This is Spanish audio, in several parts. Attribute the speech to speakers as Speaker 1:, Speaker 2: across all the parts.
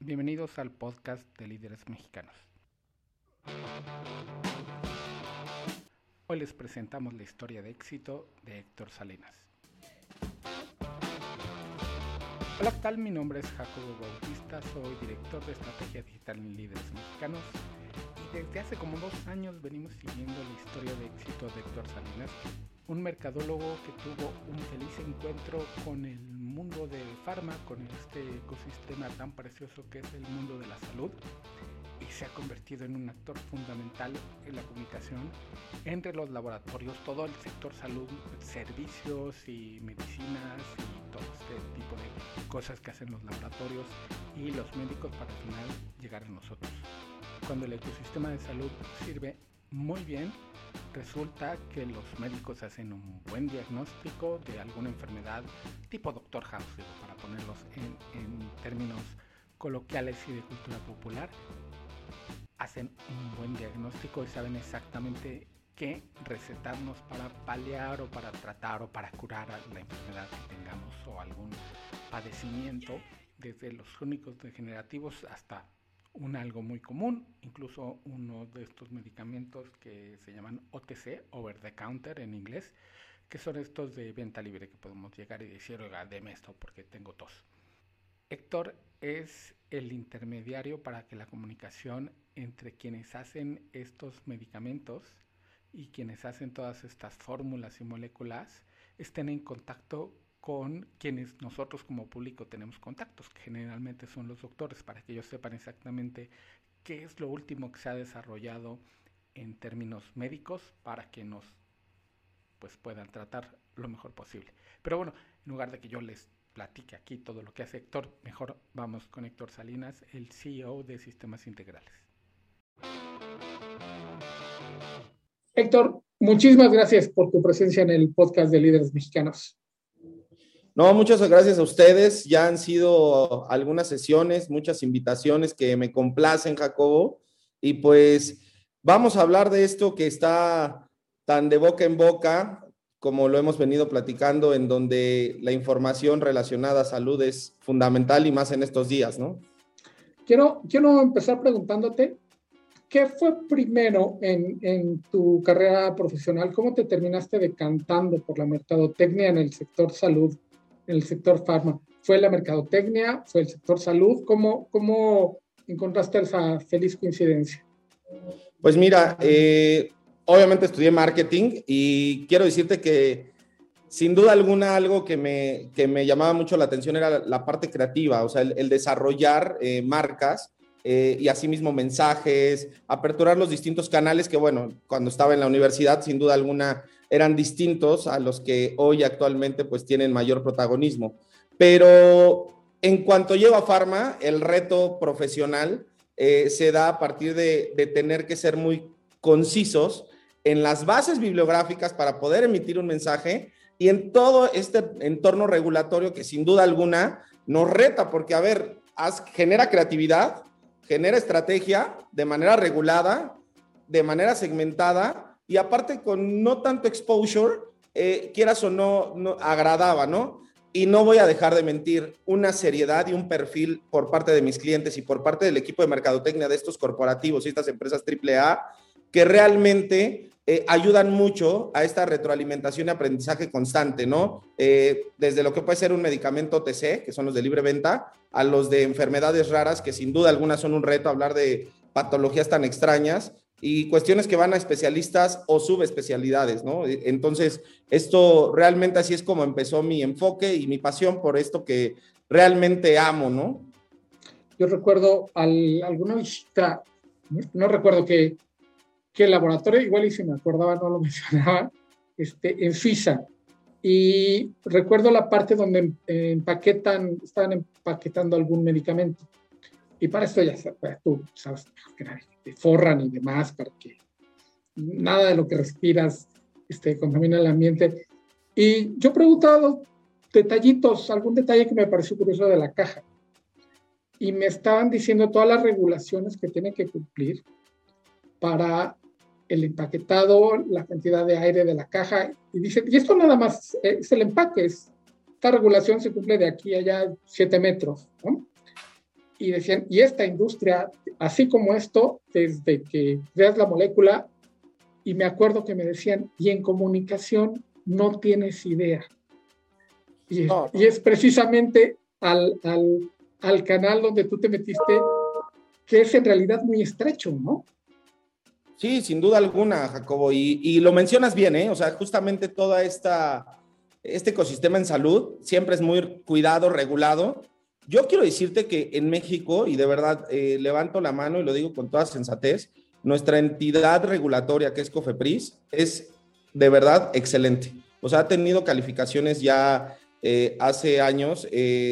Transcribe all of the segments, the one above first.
Speaker 1: Bienvenidos al podcast de Líderes Mexicanos. Hoy les presentamos la historia de éxito de Héctor Salinas. Hola, ¿qué tal? Mi nombre es Jacobo Bautista, soy director de estrategia digital en Líderes Mexicanos y desde hace como 2 años venimos siguiendo la historia de éxito de Héctor Salinas, un mercadólogo que tuvo un feliz encuentro con el mundo de farma, con este ecosistema tan precioso que es el mundo de la salud, y se ha convertido en un actor fundamental en la comunicación entre los laboratorios, todo el sector salud, servicios y medicinas y todo este tipo de cosas que hacen los laboratorios y los médicos para al final llegar a nosotros. Cuando el ecosistema de salud sirve muy bien, resulta que los médicos hacen un buen diagnóstico de alguna enfermedad tipo Dr. House, para ponerlos en términos coloquiales y de cultura popular. Hacen un buen diagnóstico y saben exactamente qué recetarnos para paliar o para tratar o para curar la enfermedad que tengamos o algún padecimiento, desde los crónicos degenerativos hasta algo muy común, incluso uno de estos medicamentos que se llaman OTC, over the counter en inglés, que son estos de venta libre que podemos llegar y decir, oiga, deme esto porque tengo tos. Héctor es el intermediario para que la comunicación entre quienes hacen estos medicamentos y quienes hacen todas estas fórmulas y moléculas estén en contacto con quienes nosotros como público tenemos contactos, que generalmente son los doctores, para que ellos sepan exactamente qué es lo último que se ha desarrollado en términos médicos para que nos puedan tratar lo mejor posible. Pero bueno, en lugar de que yo les platique aquí todo lo que hace Héctor, mejor vamos con Héctor Salinas, el CEO de Sistemas Integrales.
Speaker 2: Héctor, muchísimas gracias por tu presencia en el podcast de Líderes Mexicanos.
Speaker 3: No, muchas gracias a ustedes. Ya han sido algunas sesiones, muchas invitaciones que me complacen, Jacobo. Y pues vamos a hablar de esto que está tan de boca en boca, como lo hemos venido platicando, en donde la información relacionada a salud es fundamental y más en estos días, ¿no?
Speaker 2: Quiero empezar preguntándote, ¿qué fue primero en tu carrera profesional? ¿Cómo te terminaste decantando por la mercadotecnia en el sector salud, en el sector farma? ¿Fue la mercadotecnia? ¿Fue el sector salud? ¿Cómo encontraste esa feliz coincidencia?
Speaker 3: Pues mira, obviamente estudié marketing y quiero decirte que sin duda alguna algo que me llamaba mucho la atención era la parte creativa, o sea, el desarrollar marcas y asimismo mensajes, aperturar los distintos canales que, bueno, cuando estaba en la universidad, sin duda alguna, eran distintos a los que hoy actualmente pues tienen mayor protagonismo. Pero en cuanto llego a Pharma, el reto profesional se da a partir de tener que ser muy concisos en las bases bibliográficas para poder emitir un mensaje y en todo este entorno regulatorio que sin duda alguna nos reta, porque, a ver, genera creatividad, genera estrategia de manera regulada, de manera segmentada y aparte con no tanto exposure, quieras o no agradaba, ¿no? Y no voy a dejar de mentir, una seriedad y un perfil por parte de mis clientes y por parte del equipo de mercadotecnia de estos corporativos y estas empresas AAA que realmente ayudan mucho a esta retroalimentación y aprendizaje constante, ¿no? Desde lo que puede ser un medicamento OTC, que son los de libre venta, a los de enfermedades raras, que sin duda alguna son un reto, hablar de patologías tan extrañas y cuestiones que van a especialistas o subespecialidades, ¿no? Entonces, esto realmente así es como empezó mi enfoque y mi pasión por esto que realmente amo, ¿no?
Speaker 2: Yo recuerdo alguna visita, no recuerdo qué laboratorio, igual y si me acordaba no lo mencionaba, en Suiza. Y recuerdo la parte donde estaban empaquetando algún medicamento. Y para esto ya tú sabes que nadie te forran y demás, para que nada de lo que respiras contamina el ambiente. Y yo preguntaba detallitos, algún detalle que me pareció curioso de la caja. Y me estaban diciendo todas las regulaciones que tienen que cumplir para el empaquetado, la cantidad de aire de la caja. Y dice, y esto nada más es el empaque. Esta regulación se cumple de aquí a allá 7 metros, ¿no? y decían, y esta industria, así como esto, desde que veas la molécula, y me acuerdo que me decían, y en comunicación no tienes idea. Y es precisamente al canal donde tú te metiste, que es en realidad muy estrecho, ¿no?
Speaker 3: Sí, sin duda alguna, Jacobo, y lo mencionas bien, ¿eh? O sea, justamente todo este ecosistema en salud siempre es muy cuidado, regulado. Yo quiero decirte que en México, y de verdad levanto la mano y lo digo con toda sensatez, nuestra entidad regulatoria, que es COFEPRIS, es de verdad excelente. O sea, ha tenido calificaciones ya hace años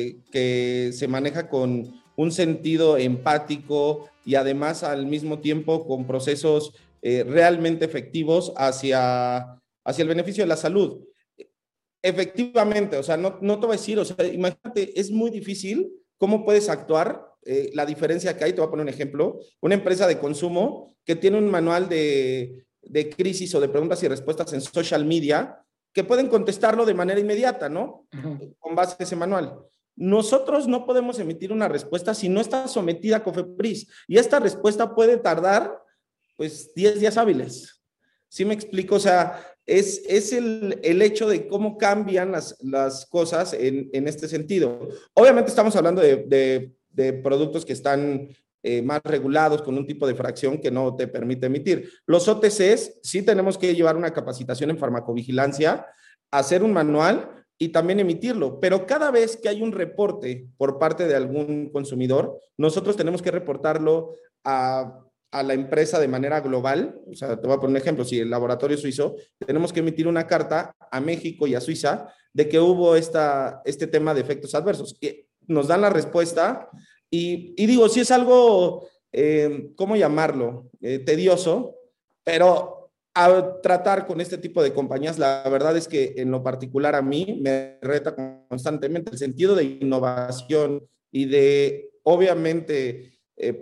Speaker 3: que se maneja con un sentido empático y además al mismo tiempo con procesos realmente efectivos hacia el beneficio de la salud. Efectivamente, o sea, no te voy a decir, o sea, imagínate, es muy difícil cómo puedes actuar, la diferencia que hay, te voy a poner un ejemplo, una empresa de consumo que tiene un manual de crisis o de preguntas y respuestas en social media, que pueden contestarlo de manera inmediata, ¿no?
Speaker 2: Uh-huh.
Speaker 3: Con base en ese manual. Nosotros no podemos emitir una respuesta si no está sometida a COFEPRIS, y esta respuesta puede tardar, pues, 10 días hábiles. ¿Sí me explico? O sea, es el hecho de cómo cambian las cosas en este sentido. Obviamente estamos hablando de productos que están más regulados, con un tipo de fracción que no te permite emitir. Los OTCs sí tenemos que llevar una capacitación en farmacovigilancia, hacer un manual y también emitirlo, pero cada vez que hay un reporte por parte de algún consumidor, nosotros tenemos que reportarlo a la empresa de manera global. O sea, te voy a poner un ejemplo, si el laboratorio suizo, tenemos que emitir una carta a México y a Suiza de que hubo este tema de efectos adversos. Y nos dan la respuesta y digo, si es algo, ¿cómo llamarlo? Tedioso, pero a tratar con este tipo de compañías, la verdad es que en lo particular a mí me reta constantemente el sentido de innovación y de, obviamente,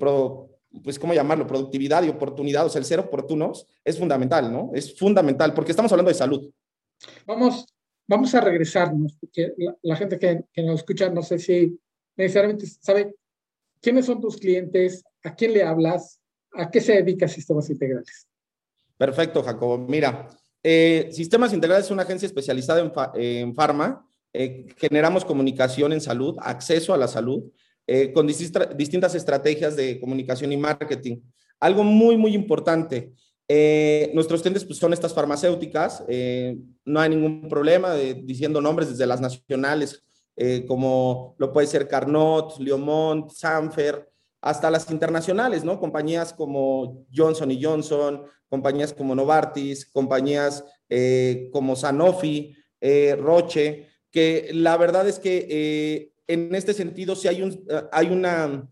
Speaker 3: pues, ¿cómo llamarlo? Productividad y oportunidad, o sea, el ser oportunos es fundamental, ¿no? Es fundamental, porque estamos hablando de salud.
Speaker 2: Vamos a regresarnos, porque la gente que nos escucha, no sé si necesariamente sabe quiénes son tus clientes, a quién le hablas, a qué se dedica Sistemas Integrales.
Speaker 3: Perfecto, Jacobo. Mira, Sistemas Integrales es una agencia especializada en farma. Generamos comunicación en salud, acceso a la salud, con distintas estrategias de comunicación y marketing. Algo muy, muy importante, nuestros clientes pues, son estas farmacéuticas, no hay ningún problema diciendo nombres desde las nacionales, como lo puede ser Carnot, Leomont, Sanfer, hasta las internacionales, ¿no? Compañías como Johnson & Johnson, compañías como Novartis, compañías como Sanofi, Roche, que la verdad es que en este sentido sí hay una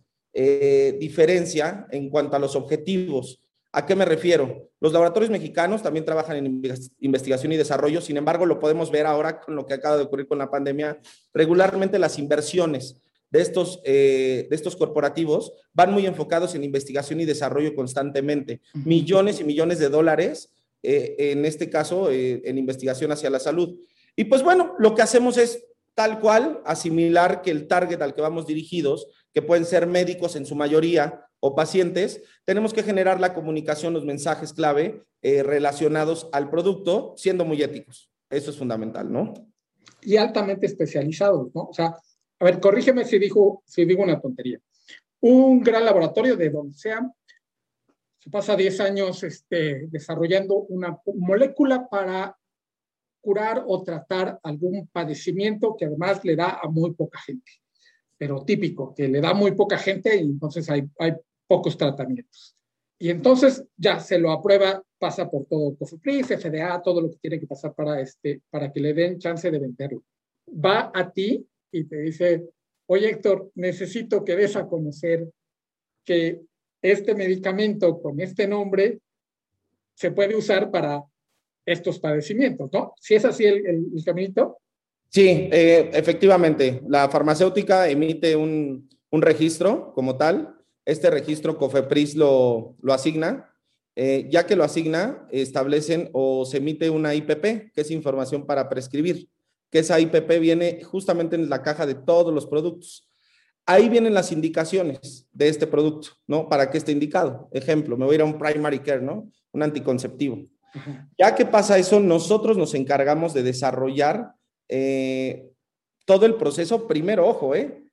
Speaker 3: diferencia en cuanto a los objetivos. ¿A qué me refiero? Los laboratorios mexicanos también trabajan en investigación y desarrollo, sin embargo, lo podemos ver ahora con lo que acaba de ocurrir con la pandemia. Regularmente las inversiones de estos corporativos van muy enfocados en investigación y desarrollo constantemente. Millones y millones de dólares, en este caso, en investigación hacia la salud. Y pues bueno, lo que hacemos es tal cual asimilar que el target al que vamos dirigidos, que pueden ser médicos en su mayoría o pacientes, tenemos que generar la comunicación, los mensajes clave relacionados al producto, siendo muy éticos. Eso es fundamental, ¿no?
Speaker 2: Y altamente especializados, ¿no? O sea, a ver, corrígeme si digo una tontería. Un gran laboratorio de donde sea, se pasa 10 años desarrollando una molécula para curar o tratar algún padecimiento que además le da a muy poca gente, pero típico, que le da a muy poca gente y entonces hay pocos tratamientos. Y entonces ya se lo aprueba, pasa por todo COFEPRIS, FDA, todo lo que tiene que pasar para que le den chance de venderlo. Va a ti y te dice, oye Héctor, necesito que des a conocer que este medicamento con este nombre se puede usar para estos padecimientos, ¿no? ¿Sí es así el caminito?
Speaker 3: Sí, efectivamente. La farmacéutica emite un registro como tal. Este registro COFEPRIS lo asigna. Ya que lo asigna, establecen o se emite una IPP, que es información para prescribir, que esa IPP viene justamente en la caja de todos los productos. Ahí vienen las indicaciones de este producto, ¿no? ¿Para qué está indicado? Ejemplo, me voy a ir a un primary care, ¿no? Un anticonceptivo. Ya que pasa eso, nosotros nos encargamos de desarrollar todo el proceso, primero, ojo,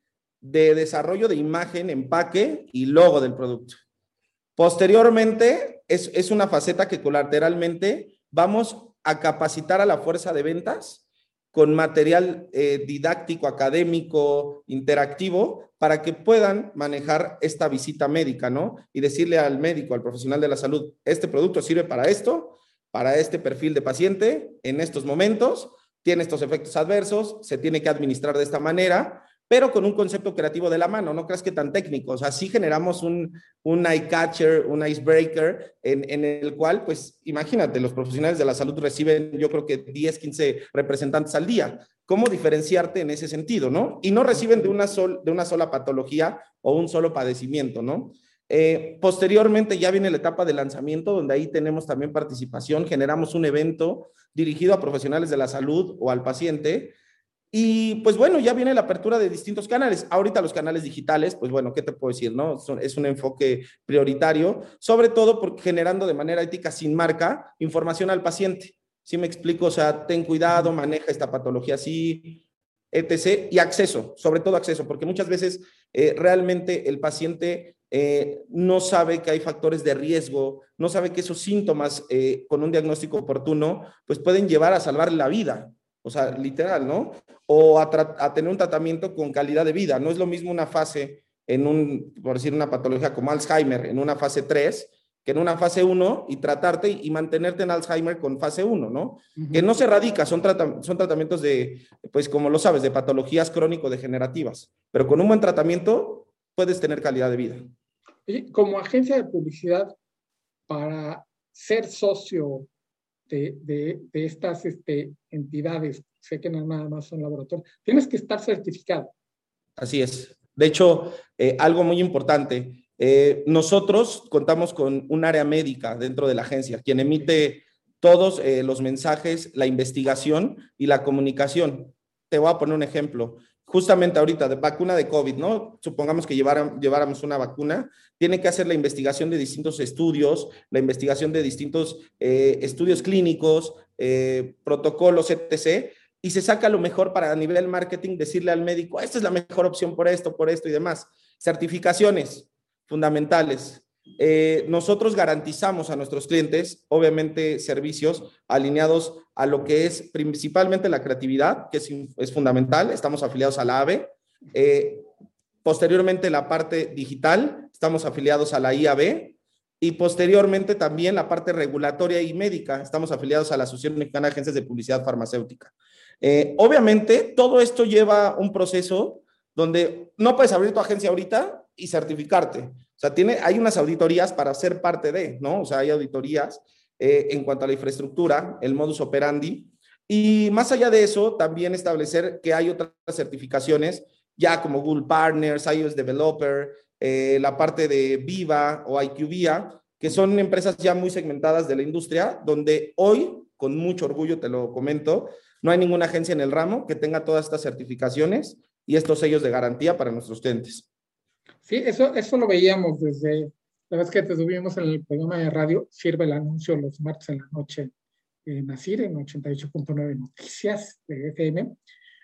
Speaker 3: de desarrollo de imagen, empaque y logo del producto. Posteriormente, es una faceta que colateralmente vamos a capacitar a la fuerza de ventas con material didáctico, académico, interactivo, para que puedan manejar esta visita médica, ¿no? Y decirle al médico, al profesional de la salud, este producto sirve para esto, para este perfil de paciente, en estos momentos, tiene estos efectos adversos, se tiene que administrar de esta manera, pero con un concepto creativo de la mano, no creas que tan técnico. O sea, sí generamos un eye catcher, un icebreaker, en el cual, pues, imagínate, los profesionales de la salud reciben, yo creo que 10, 15 representantes al día. ¿Cómo diferenciarte en ese sentido, no? Y no reciben de una sola patología o un solo padecimiento, ¿no? Posteriormente ya viene la etapa de lanzamiento, donde ahí tenemos también participación, generamos un evento dirigido a profesionales de la salud o al paciente. Y pues bueno, ya viene la apertura de distintos canales. Ahorita los canales digitales, pues bueno, ¿qué te puedo decir, no? Es un enfoque prioritario, sobre todo porque generando de manera ética, sin marca, información al paciente. ¿Sí me explico? O sea, ten cuidado, maneja esta patología así, etc. Y acceso, sobre todo acceso, porque muchas veces realmente el paciente no sabe que hay factores de riesgo, no sabe que esos síntomas con un diagnóstico oportuno, pues pueden llevar a salvar la vida. O sea, literal, ¿no? O a tener un tratamiento con calidad de vida. No es lo mismo una fase por decir, una patología como Alzheimer, en una fase 3, que en una fase 1 y tratarte y mantenerte en Alzheimer con fase 1, ¿no? Que no se erradica, son tratamientos pues como lo sabes, de patologías crónico-degenerativas. Pero con un buen tratamiento puedes tener calidad de vida.
Speaker 2: Oye, como agencia de publicidad, para ser socio de estas entidades, sé que no nada más son laboratorios, tienes que estar certificado.
Speaker 3: Así es. De hecho, algo muy importante, nosotros contamos con un área médica dentro de la agencia, quien emite todos los mensajes, la investigación y la comunicación. Te voy a poner un ejemplo. Justamente ahorita, de vacuna de COVID, ¿no? Supongamos que lleváramos una vacuna, tiene que hacer la investigación de distintos estudios, la investigación de distintos estudios clínicos, protocolos, etc., y se saca lo mejor para a nivel marketing decirle al médico, esta es la mejor opción por esto y demás. Certificaciones fundamentales. Nosotros garantizamos a nuestros clientes, obviamente, servicios alineados a lo que es principalmente la creatividad, que es fundamental. Estamos afiliados a la AVE. Posteriormente, la parte digital, estamos afiliados a la IAB. Y posteriormente también la parte regulatoria y médica, estamos afiliados a la Asociación Mexicana de Agencias de Publicidad Farmacéutica. Obviamente, todo esto lleva un proceso donde no puedes abrir tu agencia ahorita y certificarte. O sea, hay unas auditorías para ser parte de, ¿no? O sea, hay auditorías en cuanto a la infraestructura, el modus operandi. Y más allá de eso, también establecer que hay otras certificaciones, ya como Google Partners, iOS Developer, la parte de Viva o IQVIA, que son empresas ya muy segmentadas de la industria, donde hoy, con mucho orgullo te lo comento, no hay ninguna agencia en el ramo que tenga todas estas certificaciones y estos sellos de garantía para nuestros clientes.
Speaker 2: Sí, eso lo veíamos desde la vez que te subimos en el programa de radio, sirve el anuncio los martes en la noche en Asir, en 88.9 Noticias de FM.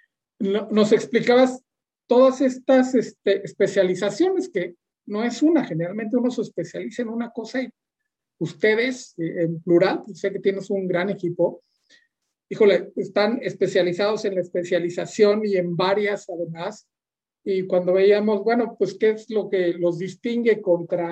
Speaker 2: Nos explicabas todas estas especializaciones, que no es una, generalmente uno se especializa en una cosa y ustedes, en plural, sé que tienes un gran equipo, híjole, están especializados en la especialización y en varias además, y cuando veíamos, bueno, pues qué es lo que los distingue contra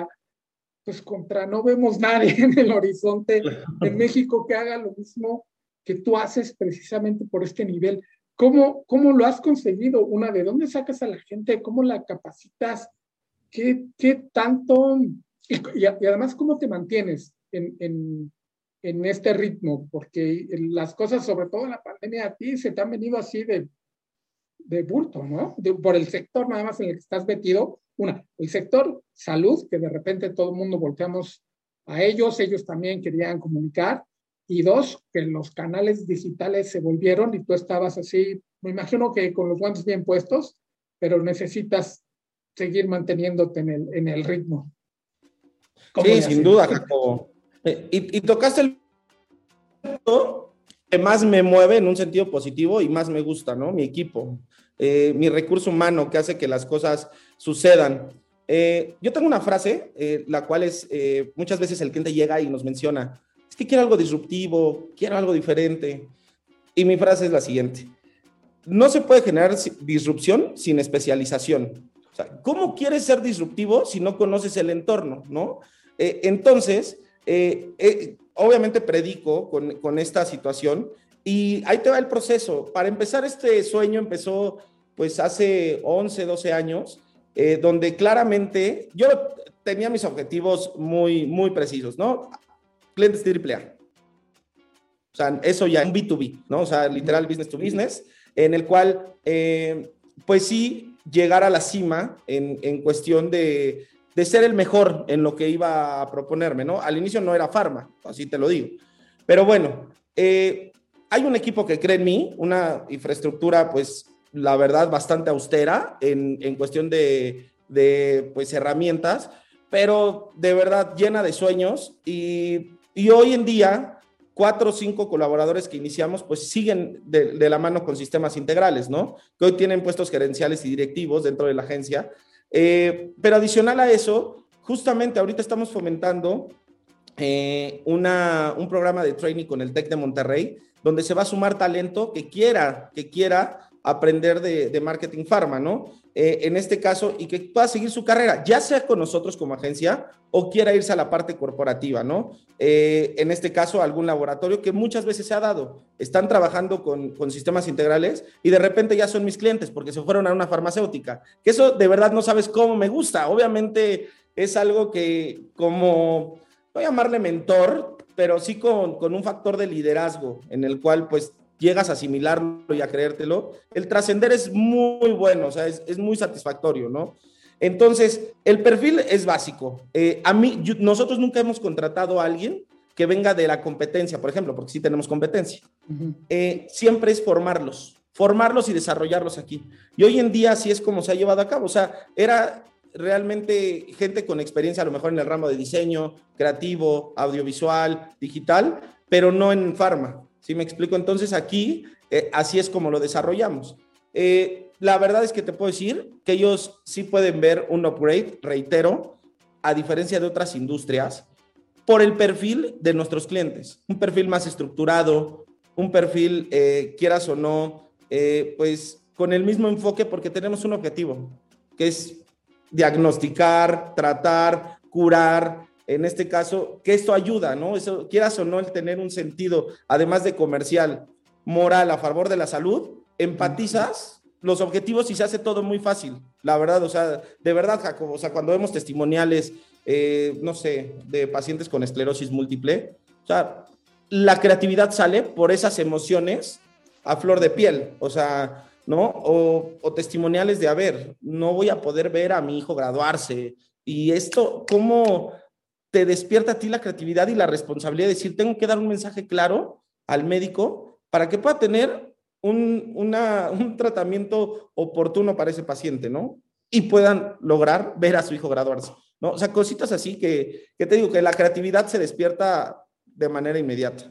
Speaker 2: no vemos nadie en el horizonte en México que haga lo mismo que tú haces precisamente por este nivel. ¿Cómo lo has conseguido? ¿De dónde sacas a la gente? ¿Cómo la capacitas? ¿Qué tanto? Y además, ¿cómo te mantienes en este ritmo? Porque las cosas, sobre todo en la pandemia, a ti se te han venido así de bulto, ¿no? Por el sector nada más en el que estás metido. El sector salud, que de repente todo el mundo volteamos a ellos también querían comunicar. Y dos, que los canales digitales se volvieron y tú estabas así, me imagino que con los guantes bien puestos, pero necesitas seguir manteniéndote en el ritmo.
Speaker 3: Sí, sin duda, Jacobo. Y tocaste el punto que más me mueve en un sentido positivo y más me gusta, ¿no? Mi equipo, mi recurso humano que hace que las cosas sucedan. Yo tengo una frase, la cual es, muchas veces el cliente llega y nos menciona, es que quiero algo disruptivo, quiero algo diferente. Y mi frase es la siguiente: no se puede generar disrupción sin especialización. O sea, ¿cómo quieres ser disruptivo si no conoces el entorno, no? Entonces, obviamente predico con esta situación y ahí te va el proceso. Para empezar, este sueño empezó pues hace 11, 12 años, donde claramente yo tenía mis objetivos muy, muy precisos, ¿no? Clientes AAA. O sea, eso ya un B2B, ¿no? O sea, literal business to business, en el cual, pues sí, llegar a la cima en cuestión de ser el mejor en lo que iba a proponerme, ¿no? Al inicio no era farma, así te lo digo. Pero bueno, hay un equipo que cree en mí, una infraestructura, pues, la verdad, bastante austera en cuestión de pues, herramientas, pero de verdad llena de sueños y hoy en día 4 o 5 colaboradores que iniciamos, pues siguen de la mano con sistemas integrales, ¿no? Que hoy tienen puestos gerenciales y directivos dentro de la agencia. Pero adicional a eso, justamente ahorita estamos fomentando un programa de training con el TEC de Monterrey, donde se va a sumar talento que quiera aprender de marketing pharma, ¿no? En este caso, y que pueda seguir su carrera, ya sea con nosotros como agencia o quiera irse a la parte corporativa, ¿no? En este caso, algún laboratorio que muchas veces se ha dado. Están trabajando con sistemas integrales y de repente ya son mis clientes porque se fueron a una farmacéutica. Que eso de verdad no sabes cómo me gusta. Obviamente es algo que como, voy a llamarle mentor, pero sí con un factor de liderazgo en el cual pues llegas a asimilarlo y a creértelo. El trascender es muy bueno, o sea, es muy satisfactorio, ¿no? Entonces, el perfil es básico. Nosotros nunca hemos contratado a alguien que venga de la competencia, por ejemplo, porque sí tenemos competencia. Siempre es formarlos y desarrollarlos aquí. Y hoy en día así es como se ha llevado a cabo. O sea, era realmente gente con experiencia a lo mejor en el ramo de diseño, creativo, audiovisual, digital, pero no en farma. ¿Sí me explico? Entonces aquí así es como lo desarrollamos. La verdad es que te puedo decir que ellos sí pueden ver un upgrade, reitero, a diferencia de otras industrias, por el perfil de nuestros clientes. Un perfil más estructurado, un perfil, quieras o no, pues con el mismo enfoque porque tenemos un objetivo, que es diagnosticar, tratar, curar. En este caso, que esto ayuda, ¿no? Eso, quieras o no, el tener un sentido, además de comercial, moral, a favor de la salud, empatizas los objetivos y se hace todo muy fácil, la verdad, o sea, de verdad, Jacobo, o sea, cuando vemos testimoniales, no sé, de pacientes con esclerosis múltiple, o sea, la creatividad sale por esas emociones a flor de piel, o sea, ¿no? O testimoniales de, a ver, no voy a poder ver a mi hijo graduarse, y esto, ¿cómo te despierta a ti la creatividad y la responsabilidad de decir, tengo que dar un mensaje claro al médico para que pueda tener un tratamiento oportuno para ese paciente, ¿no? Y puedan lograr ver a su hijo graduarse, ¿no? O sea, cositas así que te digo, que la creatividad se despierta de manera inmediata.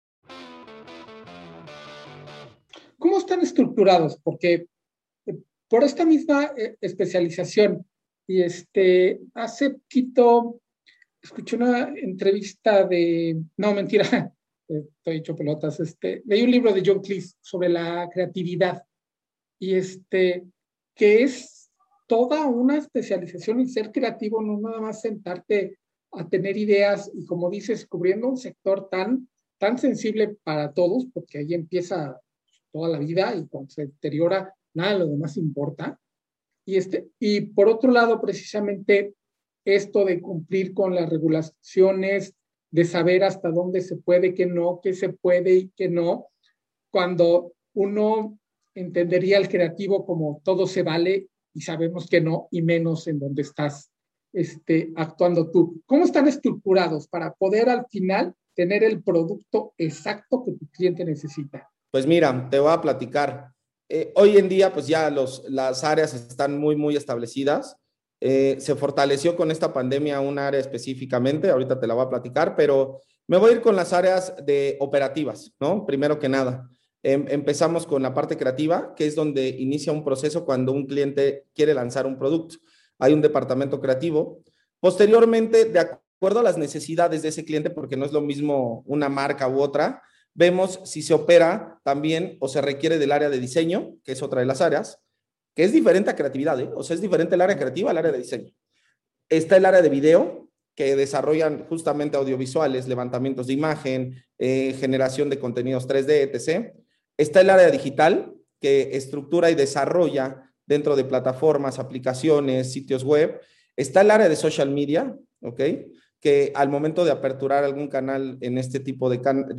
Speaker 2: ¿Cómo están estructurados? Porque por esta misma especialización, y hace poquito escuché una entrevista no, mentira, estoy hecho pelotas, leí un libro de John Cleese sobre la creatividad y que es toda una especialización y ser creativo, no nada más sentarte a tener ideas y como dices, cubriendo un sector tan sensible para todos, porque ahí empieza toda la vida y cuando se deteriora, nada de lo demás importa. Y por otro lado, precisamente esto de cumplir con las regulaciones, de saber hasta dónde se puede, qué no, qué se puede y qué no, cuando uno entendería al creativo como todo se vale y sabemos que no, y menos en donde estás actuando tú. ¿Cómo están estructurados para poder al final tener el producto exacto que tu cliente necesita?
Speaker 3: Pues mira, te voy a platicar. Hoy en día, pues ya las áreas están muy, muy establecidas. Se fortaleció con esta pandemia un área específicamente, ahorita te la voy a platicar, pero me voy a ir con las áreas de operativas, ¿no? Primero que nada, empezamos con la parte creativa, que es donde inicia un proceso cuando un cliente quiere lanzar un producto. Hay un departamento creativo. Posteriormente, de acuerdo a las necesidades de ese cliente, porque no es lo mismo una marca u otra, vemos si se opera también o se requiere del área de diseño, que es otra de las áreas, que es diferente a creatividad, ¿eh? O sea, es diferente el área creativa al área de diseño. Está el área de video, que desarrollan justamente audiovisuales, levantamientos de imagen, generación de contenidos 3D, etc. Está el área digital, que estructura y desarrolla dentro de plataformas, aplicaciones, sitios web. Está el área de social media, ¿ok? Que al momento de aperturar algún canal en este tipo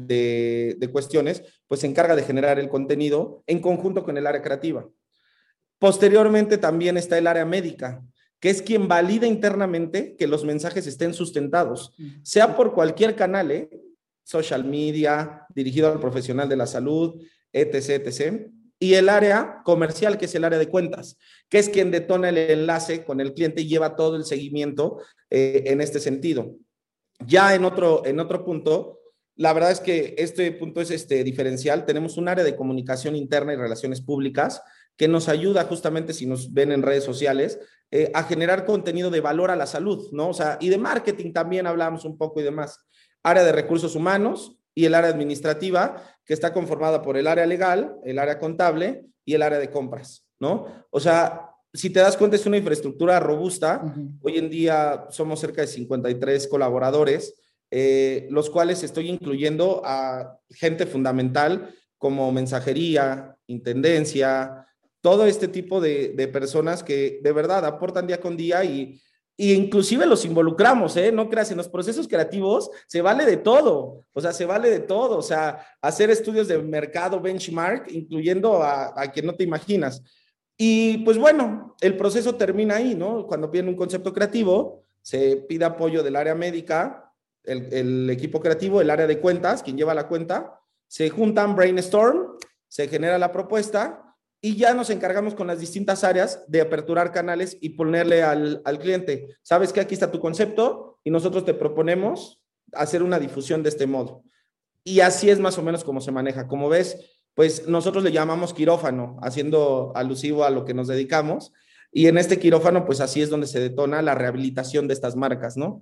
Speaker 3: de cuestiones, pues se encarga de generar el contenido en conjunto con el área creativa. Posteriormente también está el área médica, que es quien valida internamente que los mensajes estén sustentados, sea por cualquier canal, social media, dirigido al profesional de la salud, etc., etc. Y el área comercial, que es el área de cuentas, que es quien detona el enlace con el cliente y lleva todo el seguimiento en este sentido. Ya en otro punto, la verdad es que este punto es diferencial. Tenemos un área de comunicación interna y relaciones públicas que nos ayuda justamente, si nos ven en redes sociales, a generar contenido de valor a la salud, ¿no? O sea, y de marketing también hablamos un poco y demás. Área de recursos humanos y el área administrativa, que está conformada por el área legal, el área contable y el área de compras, ¿no? O sea, si te das cuenta, es una infraestructura robusta. Hoy en día somos cerca de 53 colaboradores, los cuales estoy incluyendo a gente fundamental como mensajería, intendencia, todo este tipo de personas que de verdad aportan día con día y inclusive los involucramos, ¿eh? No creas, en los procesos creativos se vale de todo, o sea, se vale de todo, o sea, hacer estudios de mercado, benchmark, incluyendo a quien no te imaginas. Y pues bueno, el proceso termina ahí, ¿no? Cuando piden un concepto creativo, se pide apoyo del área médica, el equipo creativo, el área de cuentas, quien lleva la cuenta, se juntan, brainstorm, se genera la propuesta y ya nos encargamos con las distintas áreas de aperturar canales y ponerle al cliente, sabes que aquí está tu concepto y nosotros te proponemos hacer una difusión de este modo. Y así es más o menos como se maneja. Como ves, pues nosotros le llamamos quirófano, haciendo alusivo a lo que nos dedicamos. Y en este quirófano, pues así es donde se detona la rehabilitación de estas marcas, ¿no?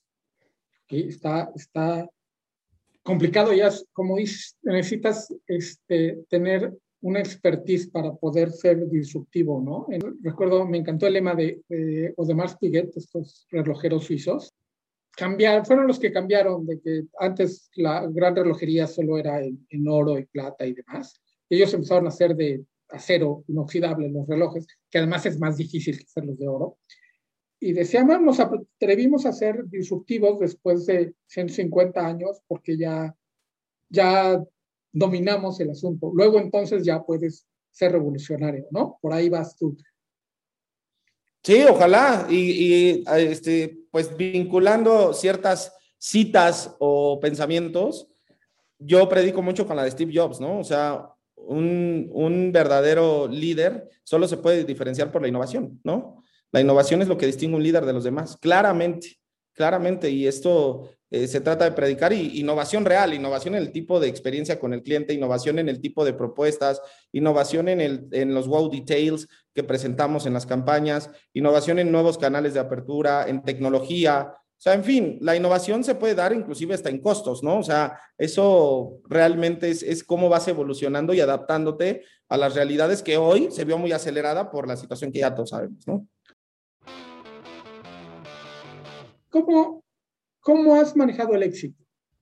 Speaker 2: Está complicado ya, como dices, necesitas tener una expertise para poder ser disruptivo, ¿no? Recuerdo, me encantó el lema de Audemars Piguet, estos relojeros suizos. Fueron los que cambiaron de que antes la gran relojería solo era en oro y plata y demás. Ellos empezaron a hacer de acero inoxidable los relojes, que además es más difícil que hacerlos de oro. Y decíamos, nos atrevimos a ser disruptivos después de 150 años porque ya dominamos el asunto. Luego entonces ya puedes ser revolucionario, ¿no? Por ahí vas tú.
Speaker 3: Sí, ojalá. Pues vinculando ciertas citas o pensamientos, yo predico mucho con la de Steve Jobs, ¿no? O sea, un verdadero líder solo se puede diferenciar por la innovación, ¿no? La innovación es lo que distingue un líder de los demás, claramente, claramente. Y esto se trata de predicar innovación real, innovación en el tipo de experiencia con el cliente, innovación en el tipo de propuestas, innovación en los wow details que presentamos en las campañas, innovación en nuevos canales de apertura, en tecnología. O sea, en fin, la innovación se puede dar inclusive hasta en costos, ¿no? O sea, eso realmente es cómo vas evolucionando y adaptándote a las realidades que hoy se vio muy acelerada por la situación que ya todos sabemos, ¿no?
Speaker 2: ¿Cómo has manejado el éxito?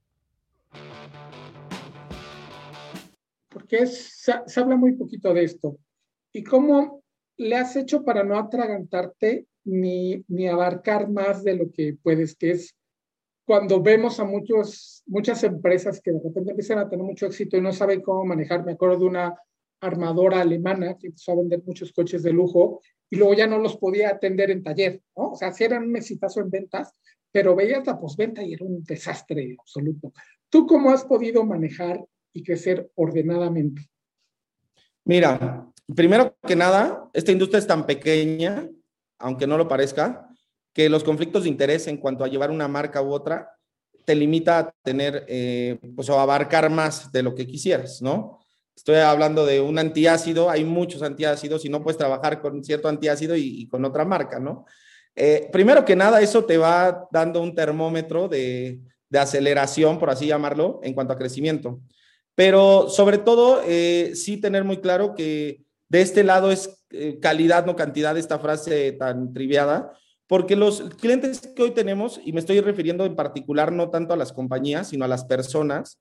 Speaker 2: Porque se habla muy poquito de esto. ¿Y cómo le has hecho para no atragantarte ni abarcar más de lo que puedes? Que es cuando vemos a muchas empresas que de repente empiezan a tener mucho éxito y no saben cómo manejar. Me acuerdo de una armadora alemana que empezó a vender muchos coches de lujo y luego ya no los podía atender en taller, ¿no? O sea, sí eran un exitazo en ventas, pero veías la postventa y era un desastre absoluto. ¿Tú cómo has podido manejar y crecer ordenadamente?
Speaker 3: Mira, primero que nada, esta industria es tan pequeña, aunque no lo parezca, que los conflictos de interés en cuanto a llevar una marca u otra te limita a tener, pues o abarcar más de lo que quisieras, ¿no? Estoy hablando de un antiácido, hay muchos antiácidos y no puedes trabajar con cierto antiácido y con otra marca, ¿no? Primero que nada, eso te va dando un termómetro de aceleración, por así llamarlo, en cuanto a crecimiento. Pero sobre todo, sí tener muy claro que de este lado es calidad, no cantidad, esta frase tan triviada, porque los clientes que hoy tenemos, y me estoy refiriendo en particular no tanto a las compañías, sino a las personas,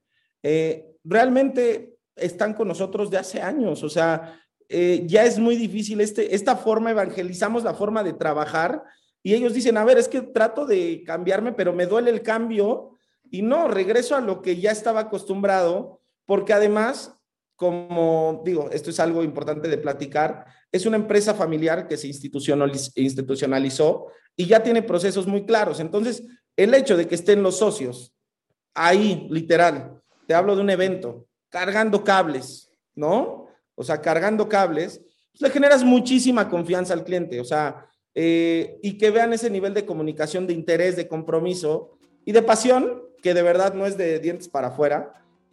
Speaker 3: realmente están con nosotros de hace años. O sea, ya es muy difícil esta forma, evangelizamos la forma de trabajar y ellos dicen, a ver, es que trato de cambiarme, pero me duele el cambio y no, regreso a lo que ya estaba acostumbrado, porque además, como digo, esto es algo importante de platicar, es una empresa familiar que se institucionalizó y ya tiene procesos muy claros. Entonces, el hecho de que estén los socios ahí, literal, te hablo de un evento, cargando cables, ¿no? O sea, cargando cables, pues le generas muchísima confianza al cliente, o sea, y que vean ese nivel de comunicación, de interés, de compromiso y de pasión, que de verdad no es de dientes para afuera,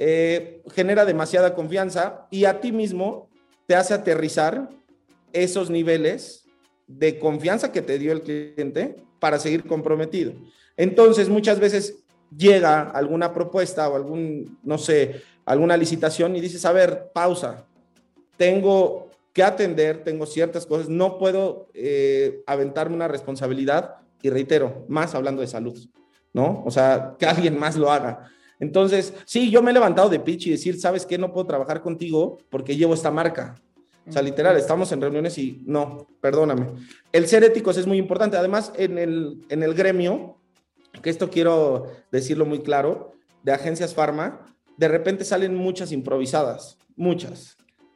Speaker 3: genera demasiada confianza y a ti mismo te hace aterrizar esos niveles de confianza que te dio el cliente para seguir comprometido. Entonces, muchas veces llega alguna propuesta o no sé, alguna licitación y dices, a ver, pausa, tengo que atender, tengo ciertas cosas, no puedo aventarme una responsabilidad y reitero, más hablando de salud, ¿no? O sea, que alguien más lo haga. Entonces, sí, yo me he levantado de pitch y decir, ¿sabes qué? No puedo trabajar contigo porque llevo esta marca. O sea, literal, estamos en reuniones y no, perdóname. El ser éticos es muy importante. Además, en el gremio, que esto quiero decirlo muy claro, de agencias farma, de repente salen muchas improvisadas, muchas.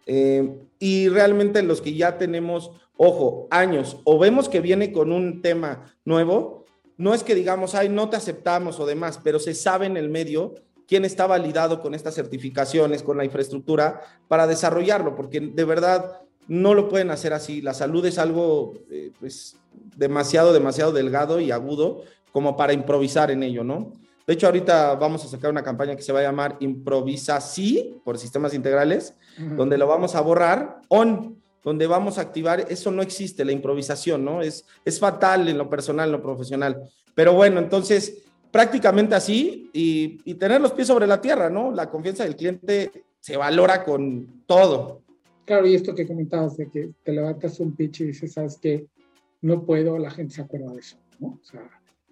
Speaker 3: Y realmente los que ya tenemos, ojo, años, o vemos que viene con un tema nuevo, no es que digamos, ay, no te aceptamos o demás, pero se sabe en el medio quién está validado con estas certificaciones, con la infraestructura para desarrollarlo, porque de verdad no lo pueden hacer así. La salud es algo pues demasiado delgado y agudo como para improvisar en ello, ¿no? De hecho, ahorita vamos a sacar una campaña que se va a llamar Improvisa Sí, por Sistemas Integrales, donde lo vamos a borrar donde vamos a activar, eso no existe, la improvisación, ¿no? Es fatal en lo personal, en lo profesional. Pero bueno, entonces, prácticamente así y tener los pies sobre la tierra, ¿no? La confianza del cliente se valora con todo.
Speaker 2: Claro, y esto que comentabas de que te levantas un pitch y dices, ¿sabes qué? No puedo, la gente se acuerda de eso, ¿no? O sea,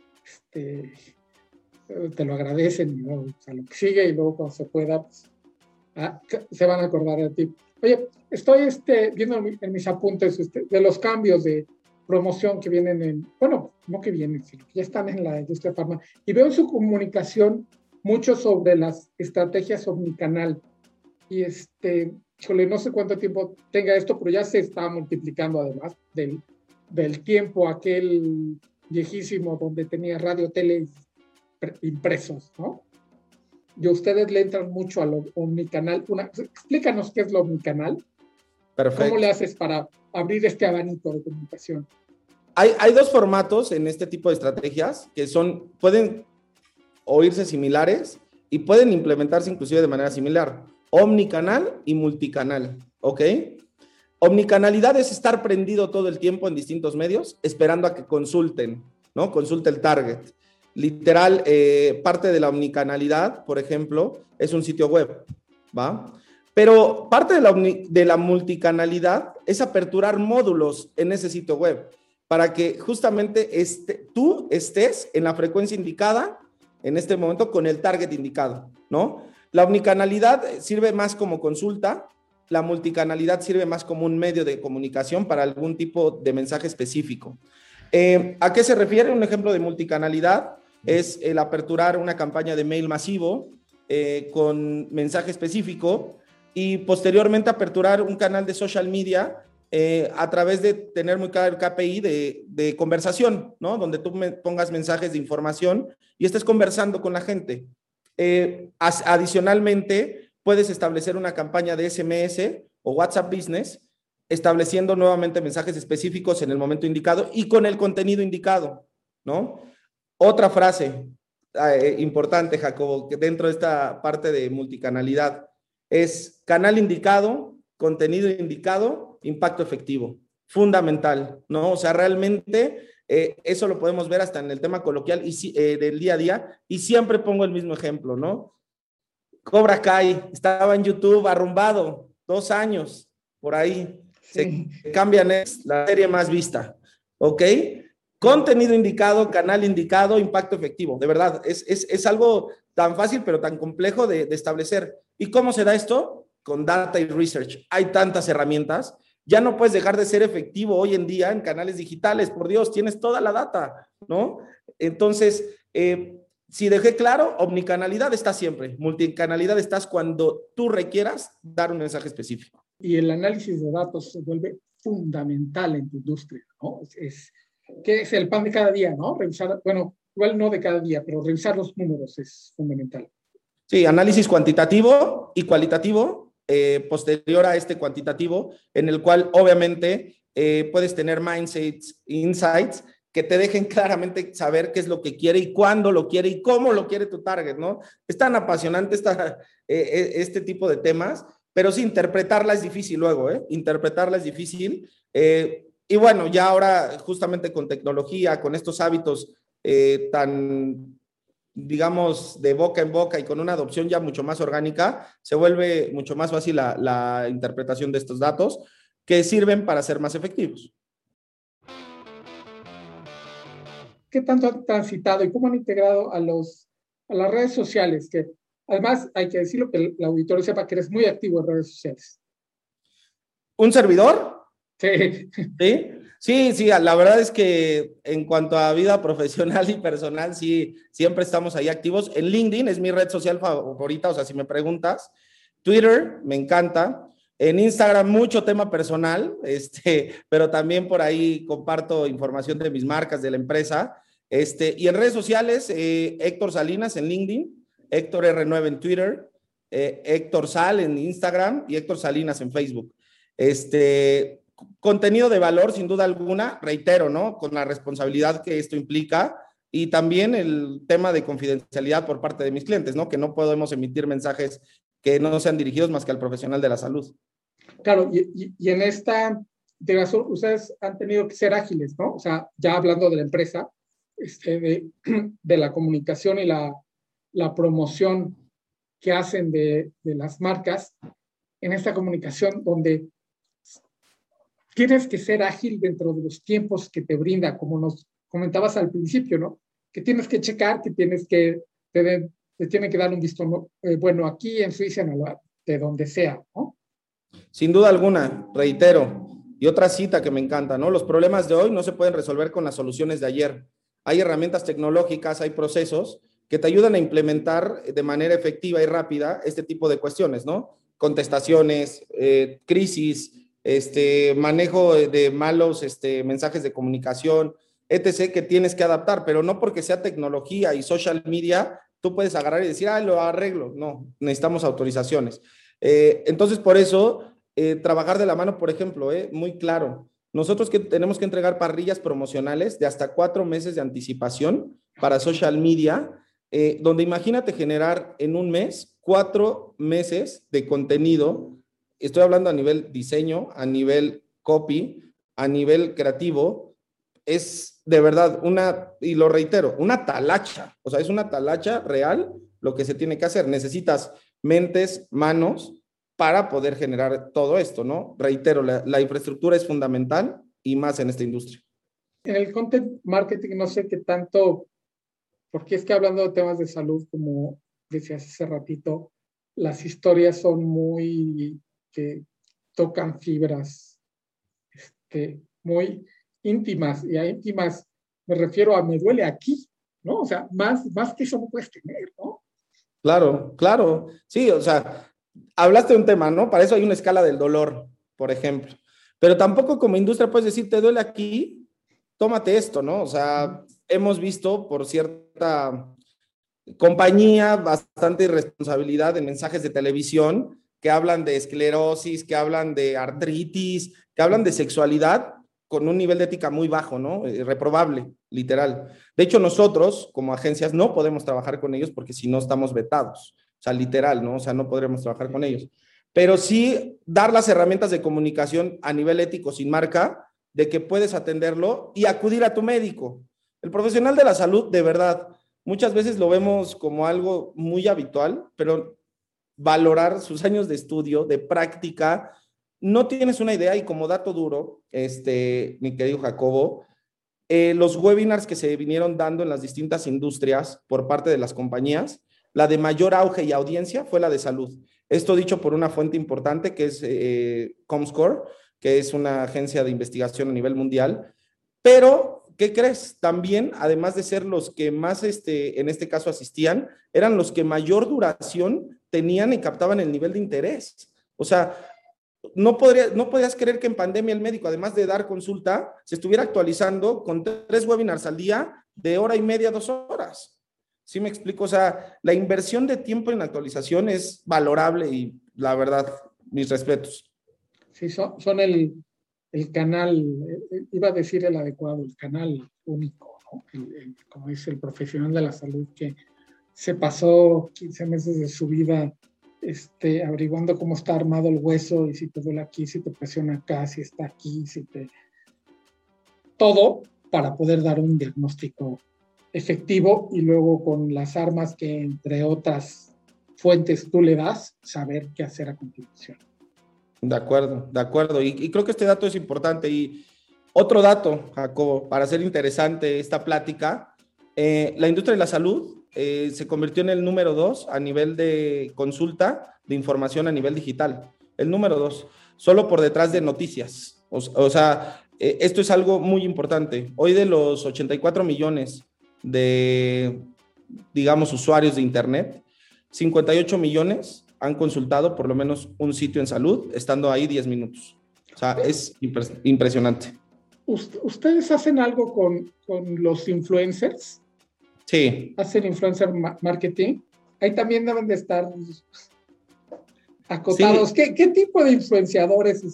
Speaker 2: te lo agradecen y luego, o sea, lo que sigue y luego cuando se pueda, pues, se van a acordar de ti. Oye, estoy viendo en mis apuntes de los cambios de promoción que vienen bueno, no que vienen, sino que ya están en la industria farma, y veo en su comunicación mucho sobre las estrategias omnicanal. Y híjole, no sé cuánto tiempo tenga esto, pero ya se está multiplicando además del tiempo aquel viejísimo donde tenía radio, tele impresos, ¿no? Y ustedes le entran mucho a lo omnicanal. Explícanos qué es lo omnicanal.
Speaker 3: Perfecto.
Speaker 2: ¿Cómo le haces para abrir este abanico de comunicación?
Speaker 3: Hay dos formatos en este tipo de estrategias que pueden oírse similares y pueden implementarse inclusive de manera similar. Omnicanal y multicanal, ¿ok? Omnicanalidad es estar prendido todo el tiempo en distintos medios esperando a que consulten, ¿no? Consulte el target. Literal, parte de la omnicanalidad, por ejemplo, es un sitio web, ¿va? Pero parte de la multicanalidad es aperturar módulos en ese sitio web para que justamente tú estés en la frecuencia indicada en este momento con el target indicado, ¿no? La omnicanalidad sirve más como consulta, la multicanalidad sirve más como un medio de comunicación para algún tipo de mensaje específico. ¿A qué se refiere? Un ejemplo de multicanalidad es el aperturar una campaña de mail masivo con mensaje específico y posteriormente aperturar un canal de social media a través de tener muy claro el KPI de conversación, ¿no? Donde tú pongas mensajes de información y estés conversando con la gente. Adicionalmente, puedes establecer una campaña de SMS o WhatsApp Business estableciendo nuevamente mensajes específicos en el momento indicado y con el contenido indicado, ¿no? Otra frase importante, Jacobo, que dentro de esta parte de multicanalidad es canal indicado, contenido indicado, impacto efectivo. Fundamental, ¿no? O sea, realmente eso lo podemos ver hasta en el tema coloquial y del día a día, y siempre pongo el mismo ejemplo, ¿no? Cobra Kai, estaba en YouTube arrumbado, 2 años, por ahí,
Speaker 2: Sí.
Speaker 3: se cambian, es la serie más vista, ¿ok? Contenido indicado, canal indicado, impacto efectivo, de verdad, es algo tan fácil pero tan complejo de establecer. ¿Y cómo se da esto? Con data y research. Hay tantas herramientas, ya no puedes dejar de ser efectivo hoy en día en canales digitales, por Dios, tienes toda la data, ¿no? Entonces, si dejé claro, omnicanalidad está siempre, multicanalidad estás cuando tú requieras dar un mensaje específico.
Speaker 2: Y el análisis de datos se vuelve fundamental en tu industria, ¿no? ¿Qué es el pan de cada día, no? Revisar, bueno, igual no de cada día, pero revisar los números es fundamental.
Speaker 3: Sí, análisis cuantitativo y cualitativo, posterior a este cuantitativo, en el cual obviamente puedes tener mindsets, insights, que te dejen claramente saber qué es lo que quiere y cuándo lo quiere y cómo lo quiere tu target, ¿no? Es tan apasionante este tipo de temas, pero sí, interpretarla es difícil luego, ¿eh? Interpretarla es difícil. Y bueno, ya ahora justamente con tecnología, con estos hábitos tan, digamos, de boca en boca y con una adopción ya mucho más orgánica, se vuelve mucho más fácil la interpretación de estos datos que sirven para ser más efectivos.
Speaker 2: ¿Qué tanto han transitado y cómo han integrado a las redes sociales? Que además hay que decirlo, que el auditorio sepa que eres muy activo en redes sociales.
Speaker 3: ¿Un servidor?
Speaker 2: Sí.
Speaker 3: Sí, la verdad es que en cuanto a vida profesional y personal, sí, siempre estamos ahí activos. En LinkedIn es mi red social favorita, o sea, si me preguntas. Twitter, me encanta. En Instagram, mucho tema personal, pero también por ahí comparto información de mis marcas, de la empresa. Y en redes sociales, Héctor Salinas en LinkedIn, Héctor R9 en Twitter, Héctor Sal en Instagram y Héctor Salinas en Facebook. Contenido de valor, sin duda alguna, reitero, ¿no? Con la responsabilidad que esto implica y también el tema de confidencialidad por parte de mis clientes, ¿no? Que no podemos emitir mensajes que no sean dirigidos más que al profesional de la salud.
Speaker 2: Claro, y en esta integración ustedes han tenido que ser ágiles, ¿no? O sea, ya hablando de la empresa, de la comunicación y la promoción que hacen de las marcas en esta comunicación donde tienes que ser ágil dentro de los tiempos que te brinda, como nos comentabas al principio, ¿no? Que tienes que checar, que tienes que, te tiene que dar un visto bueno aquí en Suiza, de donde sea, ¿no?
Speaker 3: Sin duda alguna, reitero, y otra cita que me encanta, ¿no? Los problemas de hoy no se pueden resolver con las soluciones de ayer. Hay herramientas tecnológicas, hay procesos que te ayudan a implementar de manera efectiva y rápida este tipo de cuestiones, ¿no? Contestaciones, crisis, manejo de malos mensajes de comunicación, etc., que tienes que adaptar, pero no porque sea tecnología y social media, tú puedes agarrar y decir, lo arreglo. No, necesitamos autorizaciones. Entonces, por eso, trabajar de la mano, por ejemplo, muy claro. Nosotros que tenemos que entregar parrillas promocionales de hasta 4 meses de anticipación para social media, donde imagínate generar en un mes 4 meses de contenido. Estoy hablando a nivel diseño, a nivel copy, a nivel creativo. Es de verdad y lo reitero, una talacha. O sea, es una talacha real lo que se tiene que hacer. Necesitas mentes, manos para poder generar todo esto, ¿no? Reitero, la infraestructura es fundamental y más en esta industria.
Speaker 2: En el content marketing no sé qué tanto, porque es que hablando de temas de salud, como decías hace ratito, las historias son muy que tocan fibras muy íntimas, y a íntimas me refiero a me duele aquí, ¿no? O sea, más que eso no puedes tener, ¿no?
Speaker 3: Claro, sí, o sea, hablaste de un tema, ¿no? Para eso hay una escala del dolor, por ejemplo, pero tampoco como industria puedes decir, te duele aquí, tómate esto, ¿no? O sea, hemos visto por cierta compañía bastante irresponsabilidad en mensajes de televisión que hablan de esclerosis, que hablan de artritis, que hablan de sexualidad con un nivel de ética muy bajo, ¿no? Reprobable, literal. De hecho, nosotros, como agencias, no podemos trabajar con ellos porque si no estamos vetados. O sea, literal, ¿no? O sea, no podremos trabajar con ellos. Pero sí dar las herramientas de comunicación a nivel ético sin marca, de que puedes atenderlo y acudir a tu médico. El profesional de la salud, de verdad, muchas veces lo vemos como algo muy habitual, pero valorar sus años de estudio, de práctica, no tienes una idea. Y como dato duro, mi querido Jacobo, los webinars que se vinieron dando en las distintas industrias por parte de las compañías, la de mayor auge y audiencia fue la de salud. Esto dicho por una fuente importante que es Comscore, que es una agencia de investigación a nivel mundial. Pero, ¿qué crees? También, además de ser los que más, en este caso, asistían, eran los que mayor duración tenían y captaban el nivel de interés. O sea, no podías creer que en pandemia el médico, además de dar consulta, se estuviera actualizando con 3 webinars al día de hora y media, 2 horas. ¿Sí me explico? O sea, la inversión de tiempo en actualización es valorable y la verdad, mis respetos.
Speaker 2: Sí, son el canal, iba a decir el adecuado, el canal único, ¿no? Como dice el profesional de la salud que se pasó 15 meses de su vida averiguando cómo está armado el hueso y si te duele aquí, si te presiona acá, si está aquí, todo para poder dar un diagnóstico efectivo y luego con las armas que entre otras fuentes tú le das, saber qué hacer a continuación.
Speaker 3: De acuerdo. Y creo que este dato es importante. Y otro dato, Jacobo, para hacer interesante esta plática, la industria de la salud se convirtió en el número 2 a nivel de consulta de información a nivel digital. El número 2, solo por detrás de noticias. O sea, esto es algo muy importante. Hoy de los 84 millones de, digamos, usuarios de Internet, 58 millones han consultado por lo menos un sitio en salud, estando ahí 10 minutos. O sea, es impresionante.
Speaker 2: ¿Ustedes hacen algo con los influencers?
Speaker 3: Sí.
Speaker 2: ¿Hacen influencer marketing? Ahí también deben de estar acotados. Sí. ¿Qué tipo de influenciadores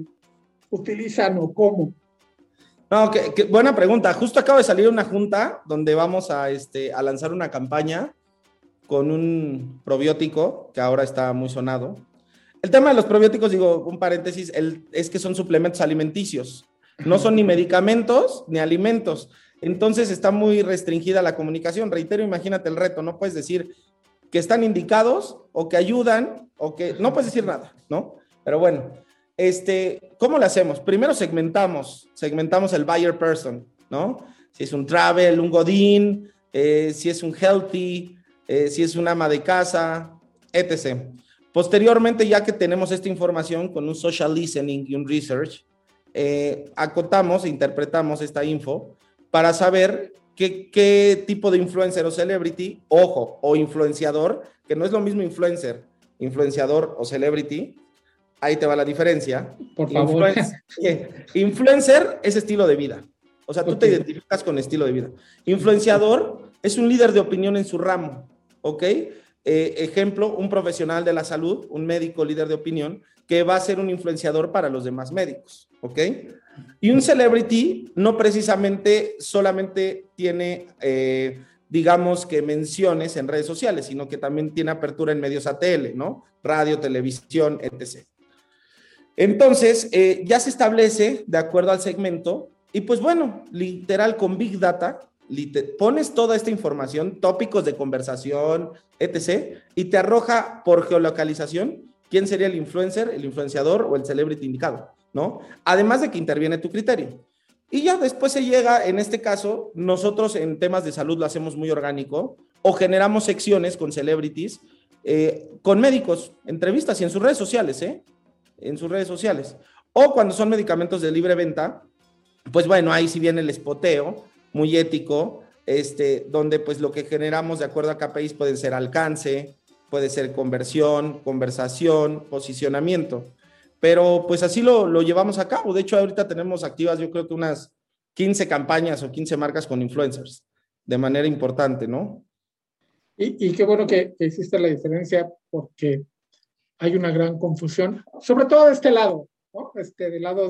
Speaker 2: utilizan o cómo?
Speaker 3: No, buena pregunta. Justo acaba de salir una junta donde vamos a lanzar una campaña con un probiótico que ahora está muy sonado. El tema de los probióticos, digo, un paréntesis, es que son suplementos alimenticios. No son ni medicamentos ni alimentos. Entonces está muy restringida la comunicación. Reitero, imagínate el reto. No puedes decir que están indicados o que ayudan o que... No puedes decir nada, ¿no? Pero bueno, ¿cómo lo hacemos? Primero segmentamos el buyer person, ¿no? Si es un travel, un godín, si es un healthy... si es un ama de casa, etc. Posteriormente, ya que tenemos esta información con un social listening y un research, acotamos e interpretamos esta info para saber qué tipo de influencer o celebrity, ojo, o influenciador, que no es lo mismo influenciador o celebrity, ahí te va la diferencia.
Speaker 2: Por favor.
Speaker 3: Influencer es estilo de vida. O sea, tú te identificas con estilo de vida. Influenciador es un líder de opinión en su ramo. ¿Ok? Ejemplo, un profesional de la salud, un médico líder de opinión, que va a ser un influenciador para los demás médicos. ¿Ok? Y un celebrity no precisamente solamente tiene, digamos que menciones en redes sociales, sino que también tiene apertura en medios ATL, ¿no? Radio, televisión, etc. Entonces, ya se establece de acuerdo al segmento y pues bueno, literal con Big Data, pones toda esta información, tópicos de conversación, etc., y te arroja por geolocalización quién sería el influencer, el influenciador o el celebrity indicado, ¿no? Además de que interviene tu criterio. Y ya después se llega, en este caso, nosotros en temas de salud lo hacemos muy orgánico, o generamos secciones con celebrities, con médicos, entrevistas y en sus redes sociales, en sus redes sociales. O cuando son medicamentos de libre venta, pues bueno, ahí sí viene el espoteo, muy ético, donde pues lo que generamos de acuerdo a KPIs pueden ser alcance, puede ser conversión, conversación, posicionamiento, pero pues así lo llevamos a cabo. De hecho, ahorita tenemos activas yo creo que unas 15 campañas o 15 marcas con influencers, de manera importante, ¿no?
Speaker 2: Y qué bueno que hiciste la diferencia, porque hay una gran confusión, sobre todo de este lado, ¿no? Del lado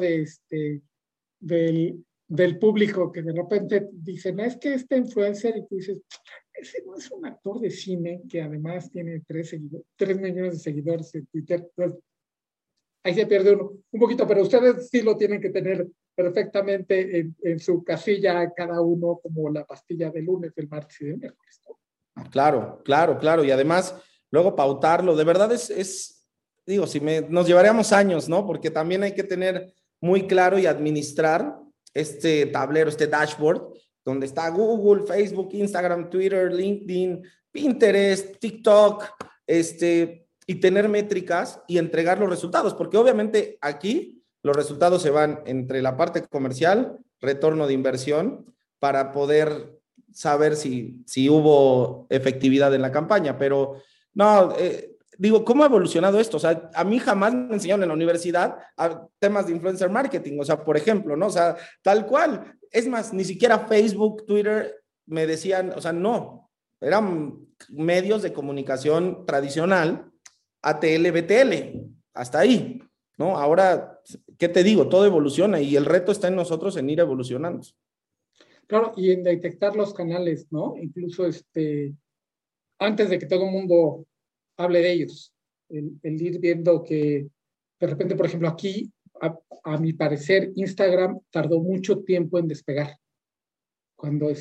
Speaker 2: del público que de repente dicen, es que este influencer, y tú dices, ese no es un actor de cine que además tiene 3 millones de seguidores en Twitter. Entonces, ahí se pierde un poquito, pero ustedes sí lo tienen que tener perfectamente en su casilla cada uno, como la pastilla del lunes, del martes y del miércoles, ¿no?
Speaker 3: Claro, claro, claro. Y además, luego pautarlo, de verdad digo, nos llevaríamos años, ¿no? Porque también hay que tener muy claro y administrar este tablero, este dashboard, donde está Google, Facebook, Instagram, Twitter, LinkedIn, Pinterest, TikTok, y tener métricas y entregar los resultados, porque obviamente aquí los resultados se van entre la parte comercial, retorno de inversión, para poder saber si hubo efectividad en la campaña, pero no, digo, ¿cómo ha evolucionado esto? O sea, a mí jamás me enseñaron en la universidad a temas de influencer marketing, o sea, por ejemplo, ¿no? O sea, tal cual. Es más, ni siquiera Facebook, Twitter me decían, o sea, no, eran medios de comunicación tradicional, ATL, BTL, hasta ahí, ¿no? Ahora, ¿qué te digo? Todo evoluciona y el reto está en nosotros en ir evolucionando.
Speaker 2: Claro, y en detectar los canales, ¿no? Incluso antes de que todo el mundo hable de ellos, el ir viendo que de repente, por ejemplo, aquí, a mi parecer, Instagram tardó mucho tiempo en despegar. Cuando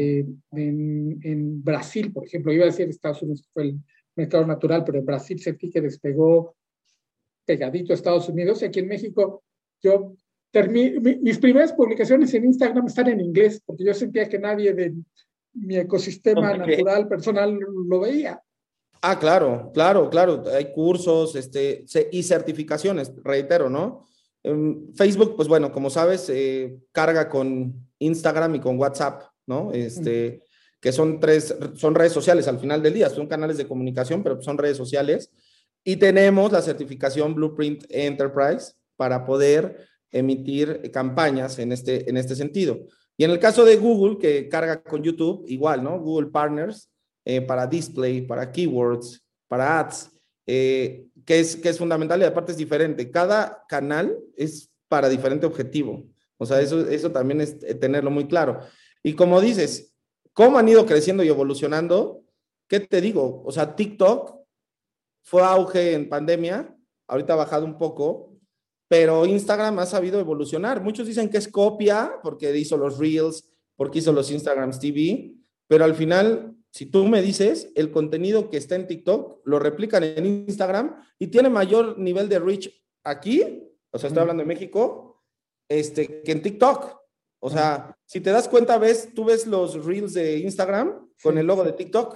Speaker 2: en Brasil, por ejemplo, iba a decir Estados Unidos fue el mercado natural, pero en Brasil sentí que despegó pegadito a Estados Unidos, y aquí en México yo mis primeras publicaciones en Instagram están en inglés, porque yo sentía que nadie de mi ecosistema natural, personal, lo veía.
Speaker 3: Ah, claro, claro, claro. Hay cursos y certificaciones, reitero, ¿no? Facebook, pues bueno, como sabes, carga con Instagram y con WhatsApp, ¿no? Que son redes sociales al final del día, son canales de comunicación, pero son redes sociales. Y tenemos la certificación Blueprint Enterprise para poder emitir campañas en este sentido. Y en el caso de Google, que carga con YouTube, igual, ¿no? Google Partners, para display, para keywords, para ads, que es fundamental y aparte es diferente. Cada canal es para diferente objetivo. O sea, eso también es tenerlo muy claro. Y como dices, ¿cómo han ido creciendo y evolucionando? ¿Qué te digo? O sea, TikTok fue auge en pandemia, ahorita ha bajado un poco, pero Instagram ha sabido evolucionar. Muchos dicen que es copia porque hizo los Reels, porque hizo los Instagrams TV, pero al final, si tú me dices, el contenido que está en TikTok lo replican en Instagram y tiene mayor nivel de reach aquí, o sea, estoy hablando de México, que en TikTok. O sea, si te das cuenta, tú ves los Reels de Instagram con el logo de TikTok.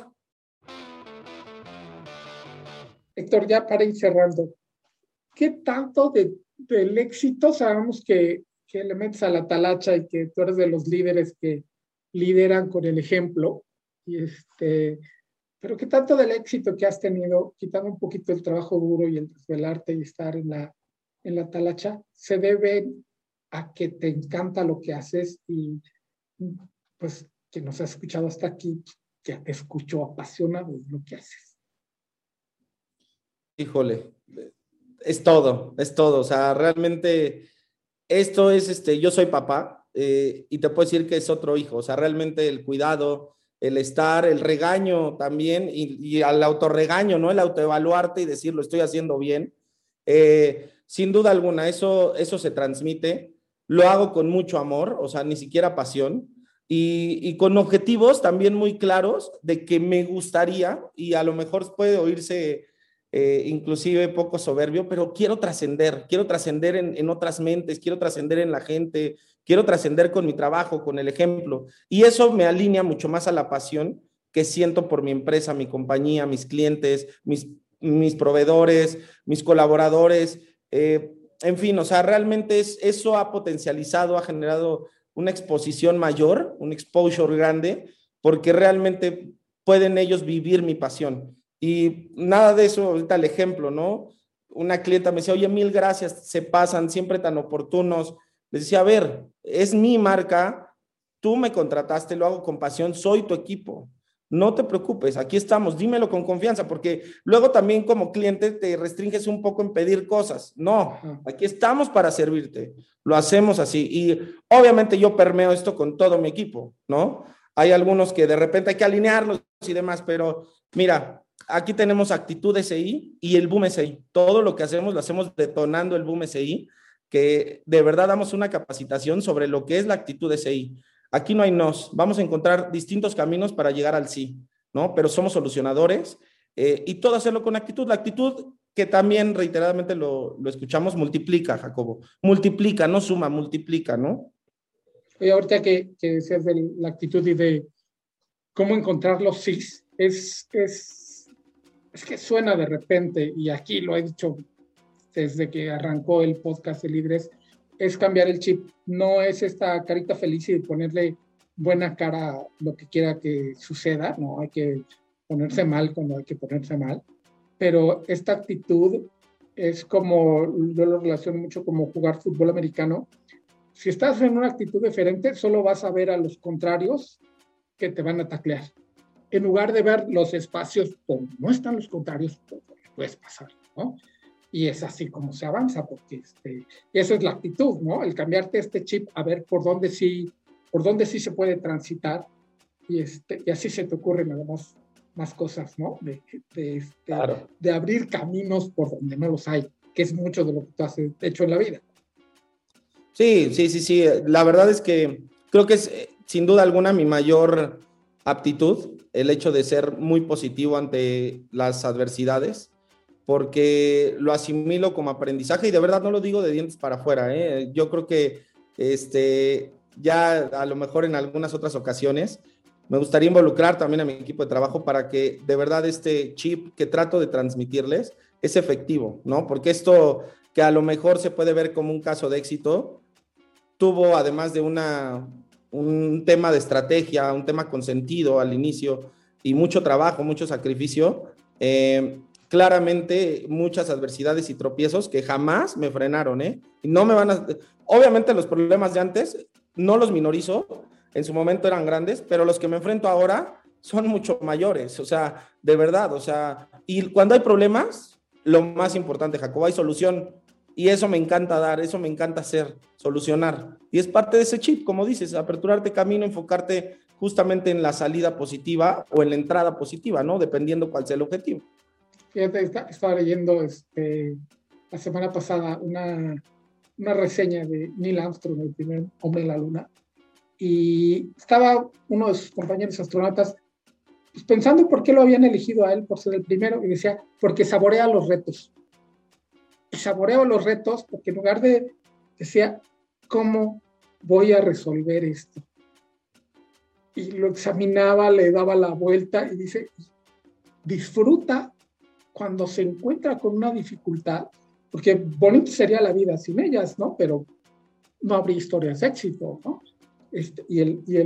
Speaker 2: Héctor, ya para ir cerrando, ¿qué tanto del éxito sabemos que le metes a la talacha y que tú eres de los líderes que lideran con el ejemplo? Pero ¿qué tanto del éxito que has tenido, quitando un poquito el trabajo duro y el desvelarte y estar en la talacha, se debe a que te encanta lo que haces y pues quien nos ha escuchado hasta aquí, ya te escuchó apasionado de lo que haces?
Speaker 3: Híjole, es todo. O sea, realmente esto es, yo soy papá y te puedo decir que es otro hijo. O sea, realmente el cuidado, el estar, el regaño también y al autorregaño, ¿no? El autoevaluarte y decir, lo estoy haciendo bien. Sin duda alguna, eso se transmite. Lo hago con mucho amor, o sea, ni siquiera pasión. Y con objetivos también muy claros de que me gustaría, y a lo mejor puede oírse inclusive poco soberbio, pero quiero trascender en otras mentes, quiero trascender en la gente, quiero trascender con mi trabajo, con el ejemplo, y eso me alinea mucho más a la pasión que siento por mi empresa, mi compañía, mis clientes, mis proveedores, mis colaboradores, en fin, o sea, realmente eso ha potencializado, ha generado una exposición mayor, un exposure grande, porque realmente pueden ellos vivir mi pasión. Y nada de eso, ahorita el ejemplo, ¿no? Una clienta me decía, oye, mil gracias, se pasan, siempre tan oportunos. Les decía, a ver, es mi marca, tú me contrataste, lo hago con pasión, soy tu equipo. no te preocupes, aquí estamos, dímelo con confianza, porque luego también como cliente te restringes un poco en pedir cosas. No, aquí estamos para servirte, lo hacemos así. Y obviamente yo permeo esto con todo mi equipo, ¿no? Hay algunos que de repente hay que alinearlos y demás, pero mira, aquí tenemos actitud SI y el boom SI. Todo lo que hacemos lo hacemos detonando el boom SI, que de verdad damos una capacitación sobre lo que es la actitud SI. Aquí no hay nos, vamos a encontrar distintos caminos para llegar al sí, ¿no? Pero somos solucionadores y todo hacerlo con actitud. La actitud que también reiteradamente lo escuchamos, multiplica, Jacobo. Multiplica, no suma, multiplica, ¿no?
Speaker 2: Oye, ahorita que decías de la actitud y de cómo encontrar los sís, es que suena de repente, y aquí lo he dicho desde que arrancó el podcast de Líderes, es cambiar el chip. No es esta carita feliz y ponerle buena cara a lo que quiera que suceda, no hay que ponerse mal cuando hay que ponerse mal, pero esta actitud es como, yo lo relaciono mucho como jugar fútbol americano. Si estás en una actitud diferente, solo vas a ver a los contrarios que te van a taclear. En lugar de ver los espacios donde no están los contrarios, pues puedes pasar, ¿no? Y es así como se avanza, porque eso es la actitud, ¿no? El cambiarte este chip a ver por dónde sí se puede transitar y así se te ocurren además más cosas, ¿no?
Speaker 3: Claro.
Speaker 2: De abrir caminos por donde no los hay, que es mucho de lo que tú has hecho en la vida.
Speaker 3: Sí. La verdad es que creo que es sin duda alguna mi mayor aptitud, el hecho de ser muy positivo ante las adversidades, porque lo asimilo como aprendizaje y de verdad no lo digo de dientes para afuera, ¿eh? Yo creo que ya a lo mejor en algunas otras ocasiones me gustaría involucrar también a mi equipo de trabajo para que de verdad este chip que trato de transmitirles es efectivo, ¿no? Porque esto que a lo mejor se puede ver como un caso de éxito, tuvo además de un tema de estrategia, un tema con sentido al inicio y mucho trabajo, mucho sacrificio, claramente muchas adversidades y tropiezos que jamás me frenaron, ¿eh? Y no me van a... Obviamente los problemas de antes no los minorizo, en su momento eran grandes, pero los que me enfrento ahora son mucho mayores, o sea, de verdad, o sea, y cuando hay problemas, lo más importante, Jacobo, hay solución. Y eso me encanta dar, eso me encanta hacer, solucionar. Y es parte de ese chip, como dices, aperturarte camino, enfocarte justamente en la salida positiva o en la entrada positiva, ¿no? Dependiendo cuál sea el objetivo.
Speaker 2: Fíjate, estaba leyendo la semana pasada una reseña de Neil Armstrong, el primer hombre en la luna, y estaba uno de sus compañeros astronautas pues, pensando por qué lo habían elegido a él por ser el primero, y decía, porque saborea los retos. Y saboreo los retos porque en lugar de, decía, ¿cómo voy a resolver esto? Y lo examinaba, le daba la vuelta y dice, disfruta cuando se encuentra con una dificultad, porque bonito sería la vida sin ellas, ¿no? Pero no habría historias de éxito, ¿no? Y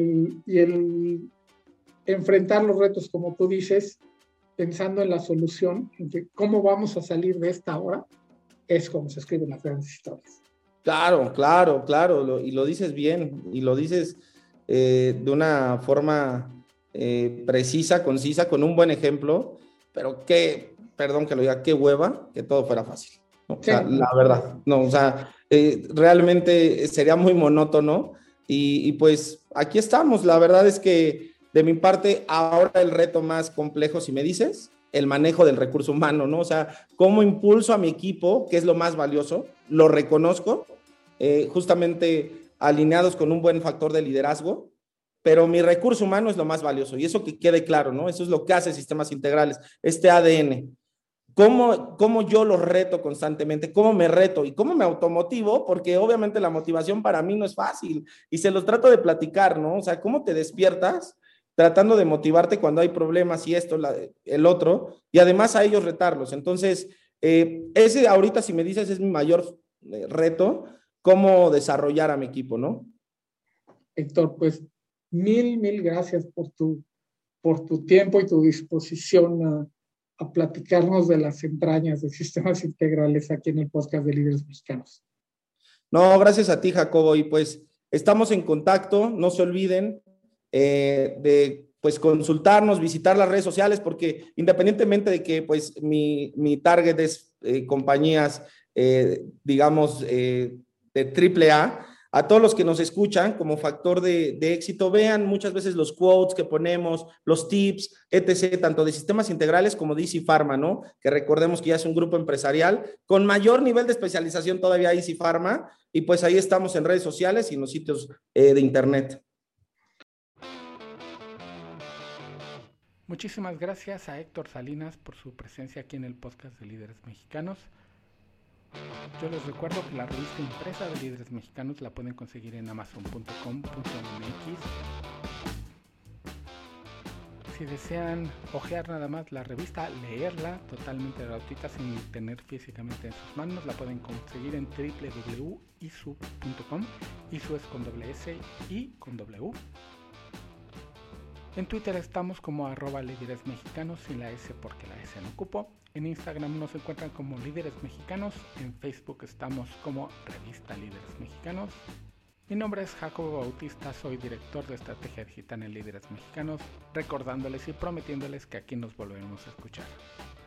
Speaker 2: el enfrentar los retos, como tú dices, pensando en la solución, en que cómo vamos a salir de esta hora, es como se escriben las grandes historias.
Speaker 3: Claro, y lo dices bien, y lo dices de una forma precisa, concisa, con un buen ejemplo, pero perdón que lo diga, qué hueva que todo fuera fácil, ¿no? O sea, la verdad, no, o sea, realmente sería muy monótono, y pues aquí estamos. La verdad es que de mi parte, ahora el reto más complejo, si me dices, el manejo del recurso humano, ¿no? O sea, cómo impulso a mi equipo, que es lo más valioso, lo reconozco, justamente alineados con un buen factor de liderazgo, pero mi recurso humano es lo más valioso, y eso que quede claro, ¿no? Eso es lo que hace Sistemas Integrales, este ADN. ¿Cómo yo lo reto constantemente? ¿Cómo me reto? ¿Y cómo me automotivo? Porque obviamente la motivación para mí no es fácil, y se los trato de platicar, ¿no? O sea, ¿cómo te despiertas tratando de motivarte cuando hay problemas y esto, el otro, y además a ellos retarlos? Entonces, ese ahorita, si me dices, es mi mayor reto, cómo desarrollar a mi equipo, ¿no?
Speaker 2: Héctor, pues mil gracias por tu tiempo y tu disposición a platicarnos de las entrañas de Sistemas Integrales aquí en el podcast de Líderes Mexicanos.
Speaker 3: No, gracias a ti, Jacobo, y pues estamos en contacto, no se olviden de pues consultarnos, visitar las redes sociales, porque independientemente de que pues mi target es compañías, digamos, de triple a todos los que nos escuchan como factor de éxito, vean muchas veces los quotes que ponemos, los tips, etc., tanto de sistemas integrales como de Easy Pharma, ¿no? Que recordemos que ya es un grupo empresarial con mayor nivel de especialización todavía Easy Pharma, y pues ahí estamos en redes sociales y en los sitios de internet.
Speaker 1: Muchísimas gracias a Héctor Salinas por su presencia aquí en el podcast de Líderes Mexicanos. Yo les recuerdo que la revista impresa de Líderes Mexicanos la pueden conseguir en amazon.com.mx. Si desean hojear nada más la revista, leerla totalmente gratuita sin tener físicamente en sus manos, la pueden conseguir en www.isu.com. Isu es con doble S y con W. En Twitter estamos como @líderes mexicanos sin la S porque la S no ocupo. En Instagram nos encuentran como Líderes Mexicanos. En Facebook estamos como Revista Líderes Mexicanos. Mi nombre es Jacobo Bautista, soy director de estrategia digital en Líderes Mexicanos, recordándoles y prometiéndoles que aquí nos volveremos a escuchar.